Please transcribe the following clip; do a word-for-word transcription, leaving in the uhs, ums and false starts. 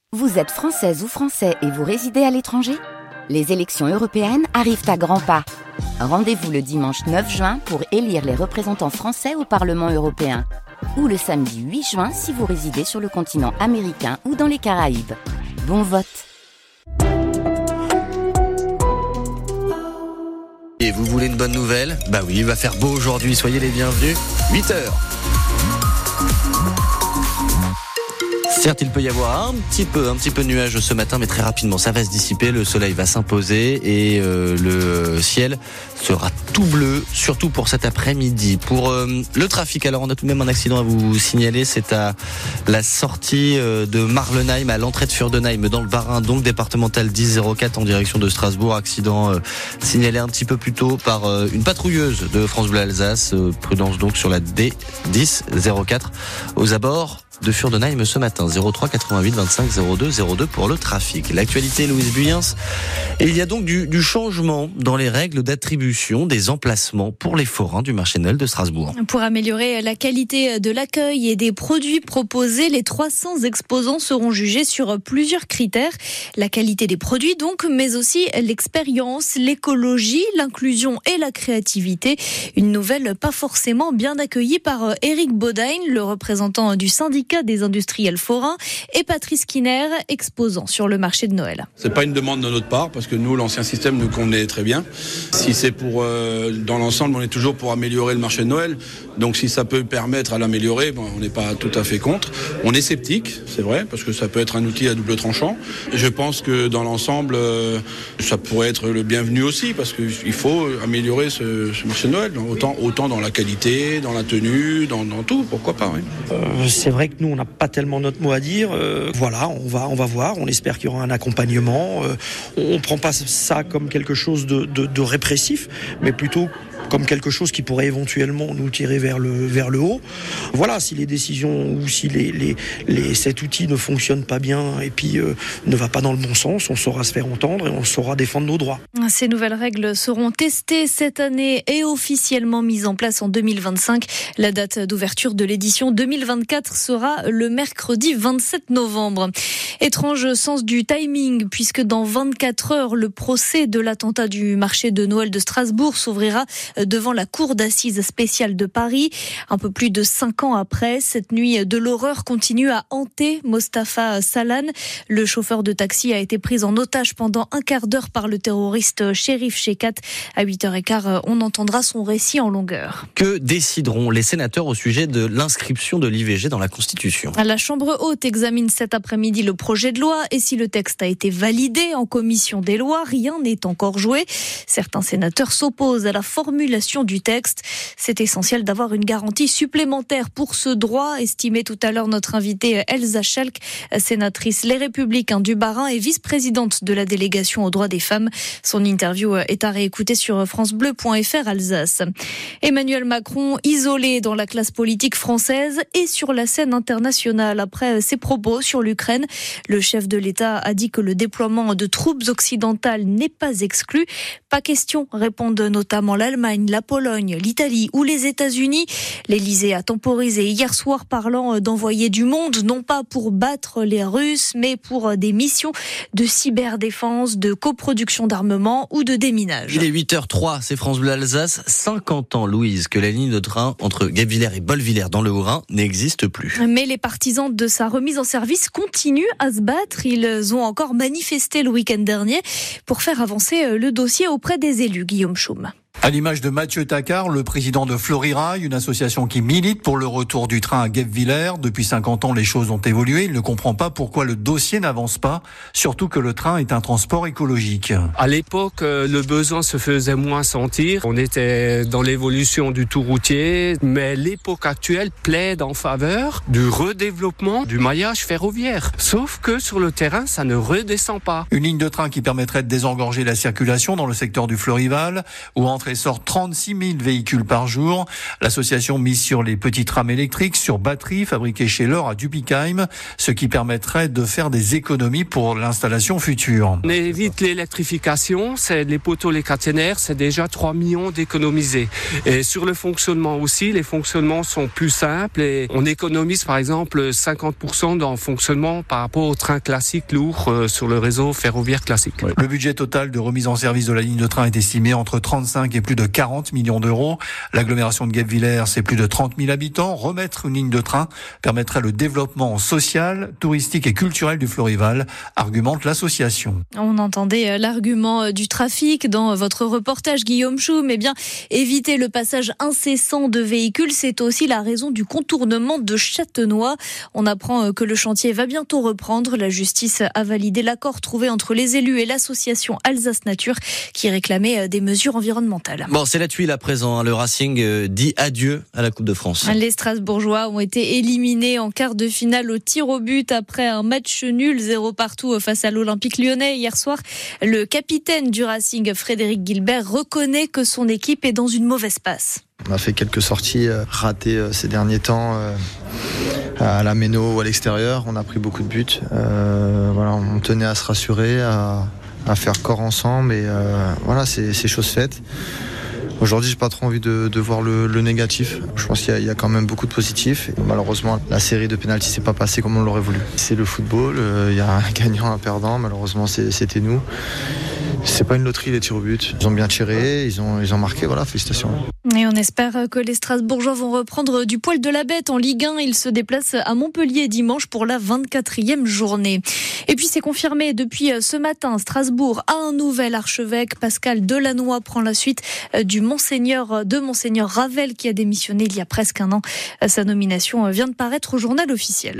Vous êtes française ou français et vous résidez à l'étranger ? Les élections européennes arrivent à grands pas. Rendez-vous le dimanche neuf juin pour élire les représentants français au Parlement européen. Ou le samedi huit juin si vous résidez sur le continent américain ou dans les Caraïbes. Bon vote! Et vous voulez une bonne nouvelle ? Bah oui, il va faire beau aujourd'hui, soyez les bienvenus. huit heures. Certes, il peut y avoir un petit peu, un petit peu de nuages ce matin, mais très rapidement, ça va se dissiper, le soleil va s'imposer et euh, le ciel sera tout bleu, surtout pour cet après-midi. Pour euh, le trafic, alors on a tout de même un accident à vous signaler, c'est à la sortie euh, de Marlenheim, à l'entrée de Furdenheim, dans le Bas-Rhin, donc départemental dix zéro quatre en direction de Strasbourg. Accident euh, signalé un petit peu plus tôt par euh, une patrouilleuse de France Bleu Alsace. Euh, prudence donc sur la D dix zéro quatre aux abords de Furdenheim ce matin. zéro trois quatre-vingt-huit vingt-cinq zéro deux zéro deux pour le trafic. L'actualité, Louise Buyens. Et il y a donc du, du changement dans les règles d'attribution des emplacements pour les forains du marché de Noël de Strasbourg. Pour améliorer la qualité de l'accueil et des produits proposés, les trois cents exposants seront jugés sur plusieurs critères. La qualité des produits donc, mais aussi l'expérience, l'écologie, l'inclusion et la créativité. Une nouvelle pas forcément bien accueillie par Eric Bodin, le représentant du syndicat des industriels forains, et Patrice Kiner, exposant sur le marché de Noël. C'est pas une demande de notre part parce que nous, l'ancien système nous convenait très bien. Si c'est pour, euh, dans l'ensemble, on est toujours pour améliorer le marché de Noël. Donc si ça peut permettre à l'améliorer, bon, on n'est pas tout à fait contre. On est sceptique, c'est vrai, parce que ça peut être un outil à double tranchant. Je pense que dans l'ensemble, euh, ça pourrait être le bienvenu aussi parce qu'il faut améliorer ce, ce marché de Noël, autant, autant dans la qualité, dans la tenue, dans, dans tout, pourquoi pas. Oui. Euh, c'est vrai que nous, on n'a pas tellement notre mot à dire. Euh, voilà, on va, on va voir. On espère qu'il y aura un accompagnement. Euh, on ne prend pas ça comme quelque chose de, de, de répressif, mais plutôt comme quelque chose qui pourrait éventuellement nous tirer vers le, vers le haut. Voilà, si les décisions ou si les, les, les, cet outil ne fonctionne pas bien et puis euh, ne va pas dans le bon sens, on saura se faire entendre et on saura défendre nos droits. Ces nouvelles règles seront testées cette année et officiellement mises en place en deux mille vingt-cinq. La date d'ouverture de l'édition deux mille vingt-quatre sera le mercredi vingt-sept novembre. Étrange sens du timing, puisque dans vingt-quatre heures, le procès de l'attentat du marché de Noël de Strasbourg s'ouvrira devant la cour d'assises spéciale de Paris. Un peu plus de cinq ans après, cette nuit de l'horreur continue à hanter Mostafa Salan. Le chauffeur de taxi a été pris en otage pendant un quart d'heure par le terroriste Chérif Shekat. À huit heures quinze, on entendra son récit en longueur. Que décideront les sénateurs au sujet de l'inscription de l'I V G dans la Constitution ? La Chambre haute examine cet après-midi le projet de loi et si le texte a été validé en commission des lois, rien n'est encore joué. Certains sénateurs s'opposent à la formulation du texte. C'est essentiel d'avoir une garantie supplémentaire pour ce droit, estimait tout à l'heure notre invitée Elsa Schalk, sénatrice Les Républicains du Bas-Rhin et vice-présidente de la délégation aux droits des femmes. Son interview est à réécouter sur francebleu point f r Alsace. Emmanuel Macron isolé dans la classe politique française et sur la scène internationale après ses propos sur l'Ukraine. Le chef de l'État a dit que le déploiement de troupes occidentales n'est pas exclu. Pas question, répondent notamment l'Allemagne, la Pologne, l'Italie ou les États-Unis. L'Élysée a temporisé hier soir parlant d'envoyer du monde, non pas pour battre les Russes, mais pour des missions de cyberdéfense, de coproduction d'armement ou de déminage. Il est huit heures trois, c'est France Bleu Alsace. cinquante ans, Louise, que la ligne de train entre Guebwiller et Bolvillers dans le Haut-Rhin n'existe plus. Mais les partisans de sa remise en service continuent à se battre. Ils ont encore manifesté le week-end dernier pour faire avancer le dossier auprès des élus. Guillaume Schum. À l'image de Mathieu Tacard, le président de Florirail, une association qui milite pour le retour du train à Guebwiller. Depuis cinquante ans, les choses ont évolué. Il ne comprend pas pourquoi le dossier n'avance pas, surtout que le train est un transport écologique. À l'époque, le besoin se faisait moins sentir. On était dans l'évolution du tout routier, mais l'époque actuelle plaide en faveur du redéveloppement du maillage ferroviaire. Sauf que sur le terrain, ça ne redescend pas. Une ligne de train qui permettrait de désengorger la circulation dans le secteur du Florival ou entrer et sort trente-six mille véhicules par jour. L'association mise sur les petites rames électriques, sur batterie fabriquées chez L'Or à Dupikheim, ce qui permettrait de faire des économies pour l'installation future. On évite l'électrification, c'est les poteaux, les caténaires, c'est déjà trois millions d'économisés. Et sur le fonctionnement aussi, les fonctionnements sont plus simples et on économise par exemple cinquante pour cent dans le fonctionnement par rapport au train classique lourd euh, sur le réseau ferroviaire classique. Ouais. Le budget total de remise en service de la ligne de train est estimé entre trente-cinq et plus de quarante millions d'euros. L'agglomération de Guebwiller, c'est plus de trente mille habitants. Remettre une ligne de train permettrait le développement social, touristique et culturel du Florival, argumente l'association. On entendait l'argument du trafic dans votre reportage, Guillaume Chou, mais bien éviter le passage incessant de véhicules, c'est aussi la raison du contournement de Châtenois. On apprend que le chantier va bientôt reprendre. La justice a validé l'accord trouvé entre les élus et l'association Alsace Nature qui réclamait des mesures environnementales. Bon, c'est la tuile à présent. Le Racing dit adieu à la Coupe de France. Les Strasbourgeois ont été éliminés en quart de finale au tir au but après un match nul, zéro partout face à l'Olympique Lyonnais hier soir. Le capitaine du Racing, Frédéric Guilbert, reconnaît que son équipe est dans une mauvaise passe. On a fait quelques sorties ratées ces derniers temps à la méno ou à l'extérieur. On a pris beaucoup de buts. Euh, voilà, on tenait à se rassurer, à, à faire corps ensemble et euh, voilà, c'est, c'est chose faite. Aujourd'hui, j'ai pas trop envie de, de voir le, le négatif. Je pense qu'il y a, il y a quand même beaucoup de positifs. Et malheureusement, la série de pénaltys s'est pas passée comme on l'aurait voulu. C'est le football. Euh, il y a un gagnant, un perdant. Malheureusement, c'est, c'était nous. C'est pas une loterie, les tirs au but. Ils ont bien tiré, ils ont, ils ont marqué. Voilà, félicitations. Et on espère que les Strasbourgeois vont reprendre du poil de la bête en Ligue un. Ils se déplacent à Montpellier dimanche pour la vingt-quatrième journée. Et puis c'est confirmé depuis ce matin, Strasbourg a un nouvel archevêque. Pascal Delannoy prend la suite du Monseigneur, de Monseigneur Ravel qui a démissionné il y a presque un an. Sa nomination vient de paraître au journal officiel.